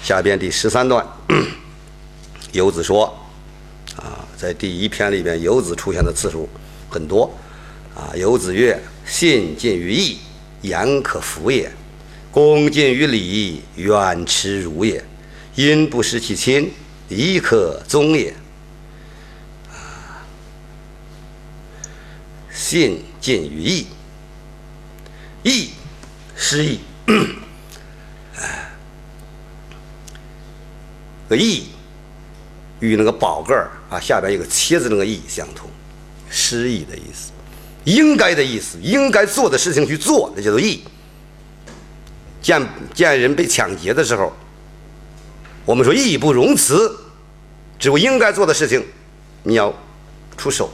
下边第13段，游子说，在第1篇里边，游子出现的次数很多，游子曰：“信近于义，言可服也；恭近于礼，远耻辱也。因不失其亲，宜可宗也。”信近于义，义失义。个义与那个宝盖下边一个切字那个义相同，失义的意思，应该的意思，应该做的事情去做，那叫做义。见人被抢劫的时候，我们说义不容辞，只有应该做的事情你要出手。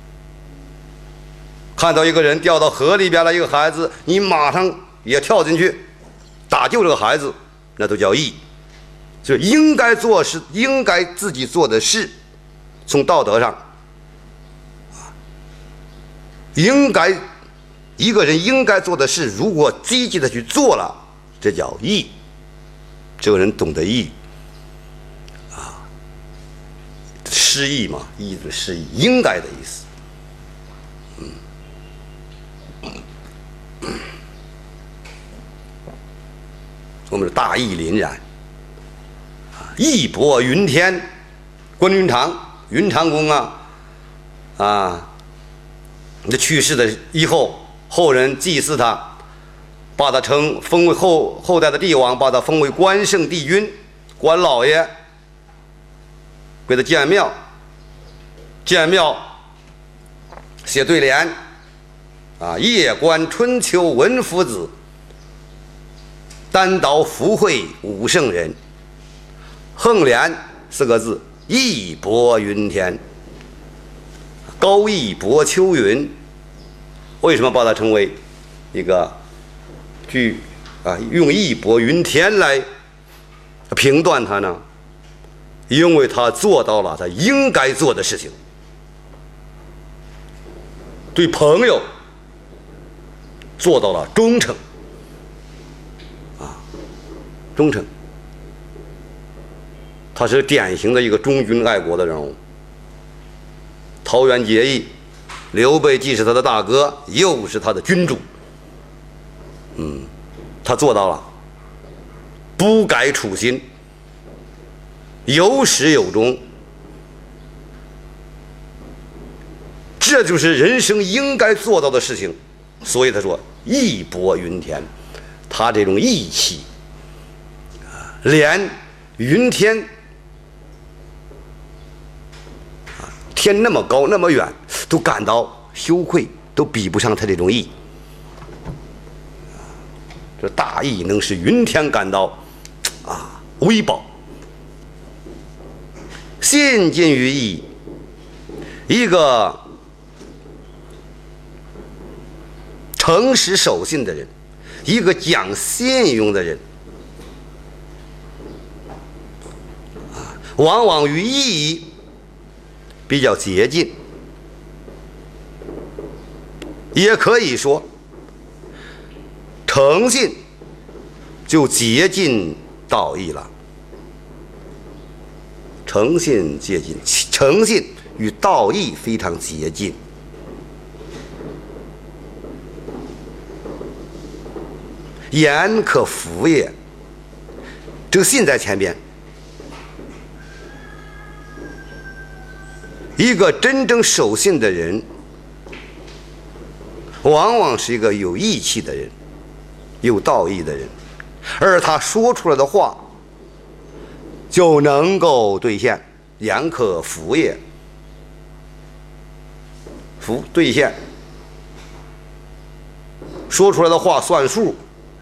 看到一个人掉到河里边了，一个孩子，你马上也跳进去打救这个孩子，那都叫义。就是应该做事，应该自己做的事，从道德上，应该一个人应该做的事，如果积极的去做了，这叫义。这个人懂得义，失义嘛，义的失义，应该的意思。我们是大义凛然。义薄云天，关云长，云长公这去世的以后，后人祭祀他，把他封为后代的帝王，把他封为关圣帝君，关老爷，给他建庙，写对联，夜观春秋文夫子，单刀赴会武圣人。横联4个字，义薄云天，高义薄秋云。为什么把它称为一个用义薄云天来评断它呢？因为他做到了他应该做的事情，对朋友做到了忠诚，忠诚。他是典型的一个忠君爱国的人物。桃园结义，刘备既是他的大哥，又是他的君主。他做到了，不改初心，有始有终。这就是人生应该做到的事情。所以他说义薄云天，他这种义气，连云天，天那么高那么远，都感到羞愧，都比不上他这种义。这大义能使云天感到微薄。信近于义，一个诚实守信的人，一个讲信用的人，往往与义比较接近，也可以说诚信就接近道义了。诚信接近，诚信与道义非常接近。言可服也，这个信在前边。一个真正守信的人，往往是一个有义气的人，有道义的人，而他说出来的话就能够兑现。言可服也，服兑现，说出来的话算数，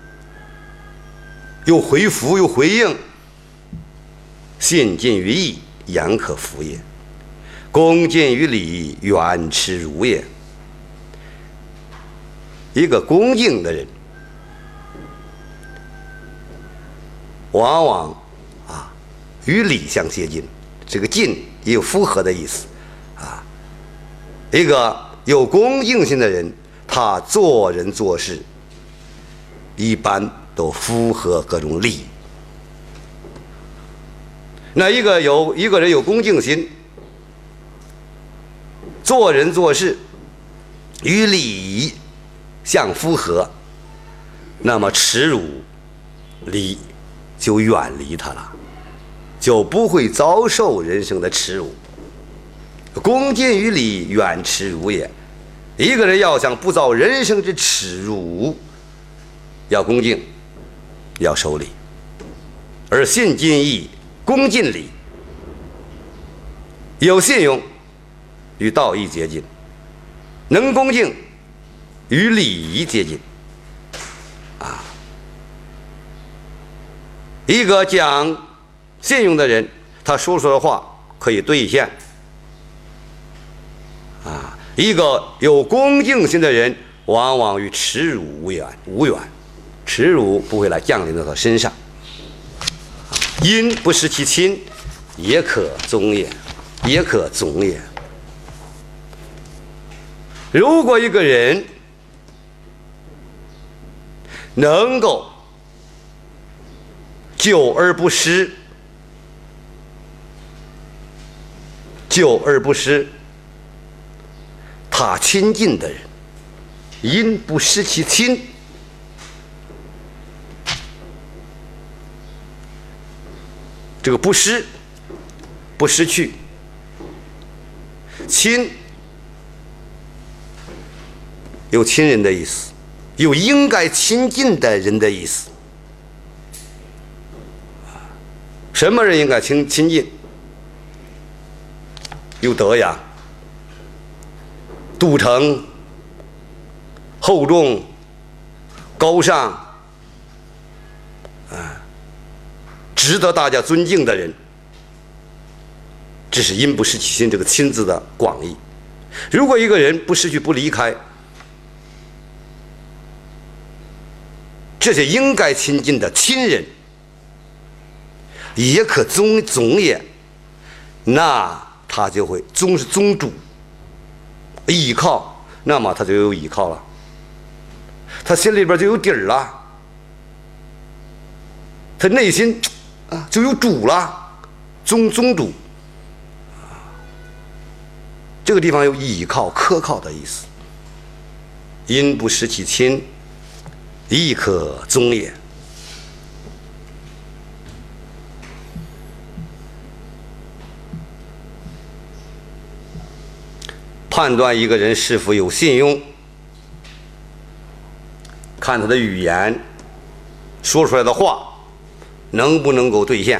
又回复又回应。信近于义，言可服也；恭近于礼，远耻辱也。一个恭敬的人，往往与礼相接近，这个近也有符合的意思一个有恭敬心的人，他做人做事一般都符合各种礼。 那一个人有恭敬心，做人做事与礼相符合，那么耻辱礼就远离他了，就不会遭受人生的耻辱。恭敬于礼，远耻辱也。一个人要想不遭人生之耻辱，要恭敬，要守礼。而信近义，恭近礼，有信用，与道义接近；能恭敬，与礼仪接近。一个讲信用的人，他说出的话可以兑现。一个有恭敬心的人，往往与耻辱无缘，耻辱不会来降临到他身上。因不失其亲，也可宗也。如果一个人能够救而不失，他亲近的人，因不失其亲。这个不失，不失去，亲有亲人的意思，有应该亲近的人的意思。什么人应该亲近？有德养、笃诚、厚重、高尚，值得大家尊敬的人。这是因不失其亲这个亲字的广义。如果一个人不失去、不离开这些应该亲近的亲人，也可宗也，那他就会宗是宗主，依靠，那么他就有依靠了，他心里边就有底儿了，他内心就有主了，宗主。这个地方有依靠、可靠的意思。因不失其亲，亦可宗也。判断一个人是否有信用，看他的语言，说出来的话能不能够兑现。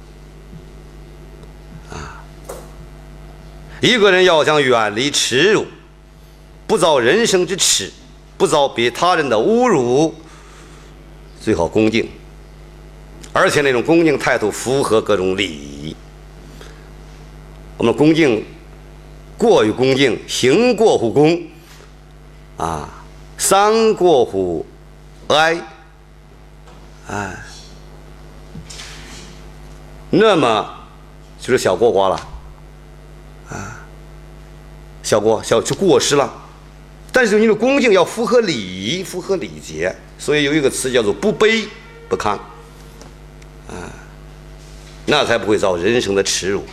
一个人要想远离耻辱，不遭人生之耻，不遭别他人的侮辱，最好恭敬，而且那种恭敬态度符合各种礼仪。我们恭敬过于恭敬，行过乎恭，丧过乎哀，那么就是小过quá了，就过失了。但是你的恭敬要符合礼仪，符合礼节，所以有一个词叫做不卑不亢，那才不会遭人生的耻辱。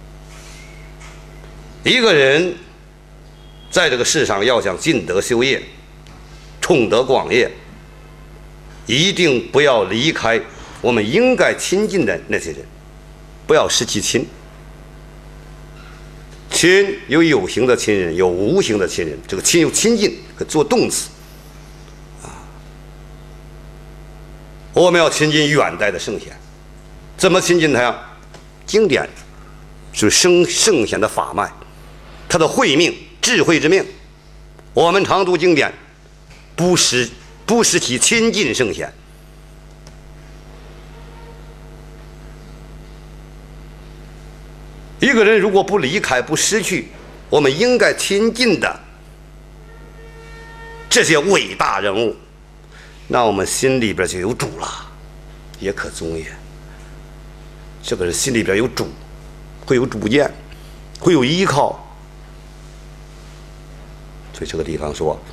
一个人在这个世上要想尽德修业，充德广业，一定不要离开我们应该亲近的那些人，不要失其亲。亲有有形的亲人，有无形的亲人。这个亲有亲近，可做动词。我们要亲近远代的圣贤，怎么亲近他呀？经典是圣贤的法脉，他的慧命、智慧之命。我们常读经典，不失其亲近圣贤。一个人如果不离开、不失去我们应该亲近的这些伟大人物，那我们心里边就有主了，也可宗也。这个人心里边有主，会有主见，会有依靠。所以这个地方说，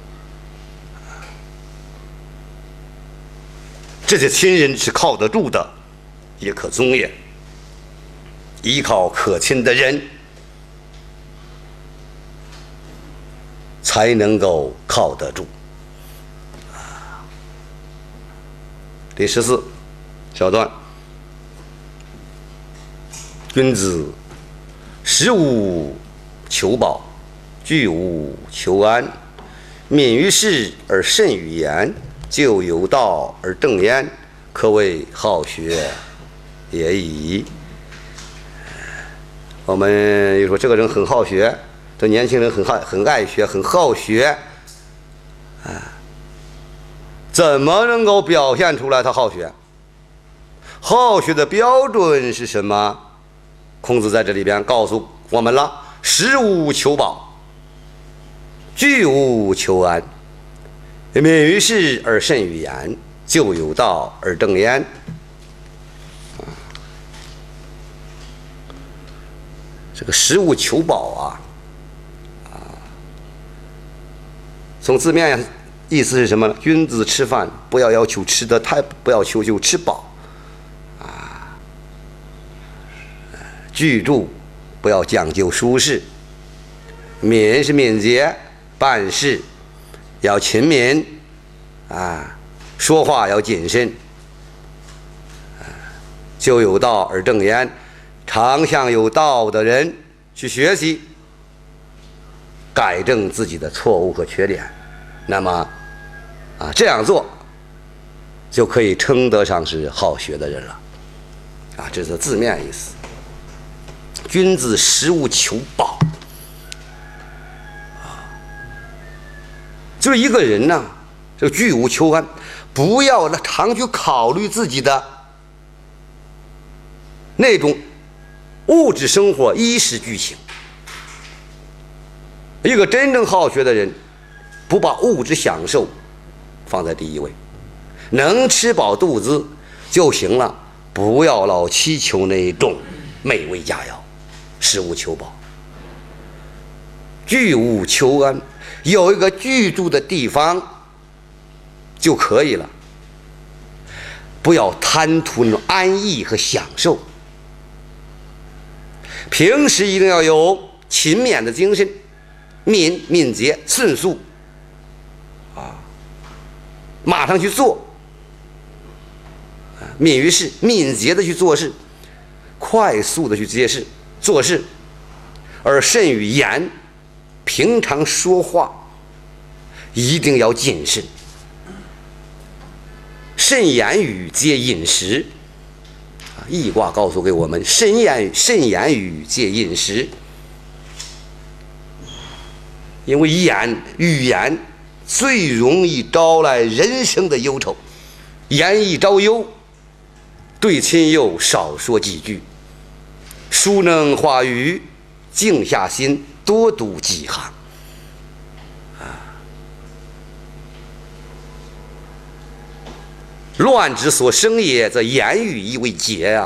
这些亲人是靠得住的，也可宗也。 依靠可亲的人，才能够靠得住。第14小段：君子食无求饱，居无求安，敏于事而慎于言，就有道而正焉，可谓好学也已。我们又说这个人很好学，这年轻人很爱学，很好学，怎么能够表现出来他好学？好学的标准是什么？孔子在这里边告诉我们了：食无求饱，居无求安，敏于事而慎于言，就有道而正焉。这个食无求饱从字面上意思是什么呢？君子吃饭不要求吃的太，不要求吃饱居住不要讲究舒适，敏是敏捷，办事要勤勉说话要谨慎，就有道而正焉，常向有道的人去学习，改正自己的错误和缺点。那么这样做就可以称得上是好学的人了这是字面意思。君子食无求饱就是一个人呢，这个居无求安，不要常去考虑自己的那种物质生活衣食俱行。一个真正好学的人，不把物质享受放在第一位，能吃饱肚子就行了，不要老祈求那种美味佳肴。食无求饱，居无求安，有一个居住的地方就可以了，不要贪图那种安逸和享受。平时一定要有勤勉的精神，敏捷迅速马上去做，敏于事，敏捷的去做事，快速的去做事，而慎于言，平常说话一定要谨慎。慎言语皆饮食，易卦告诉给我们，慎言语皆饮食。因为语言最容易招来人生的忧愁，言易招忧，对亲友少说几句，书能化语，静下心多读几行乱之所生也，则言语亦为洁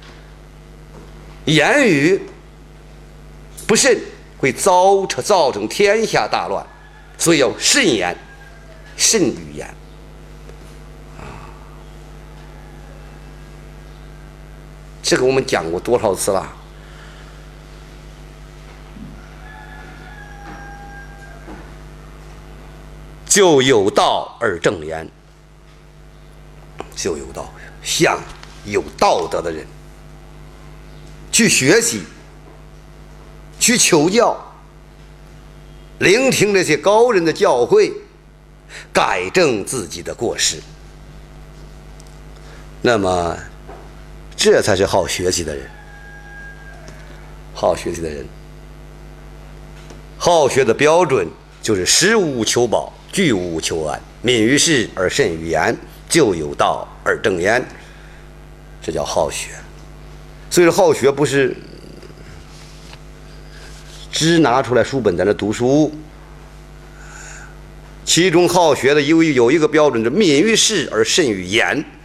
言语不慎会造成天下大乱，所以要慎言，慎语言这个我们讲过多少次了？就有道而正言，就有道，向有道德的人去学习，去求教，聆听那些高人的教诲，改正自己的过失。那么这才是好学习的人。好学习的人，好学的标准就是食无求饱，居无求安，敏于事而慎于言，就有道而正焉，这叫好学。所以说好学不是只拿出来书本在那读书，其中好学的有一个标准是敏于事而慎于言。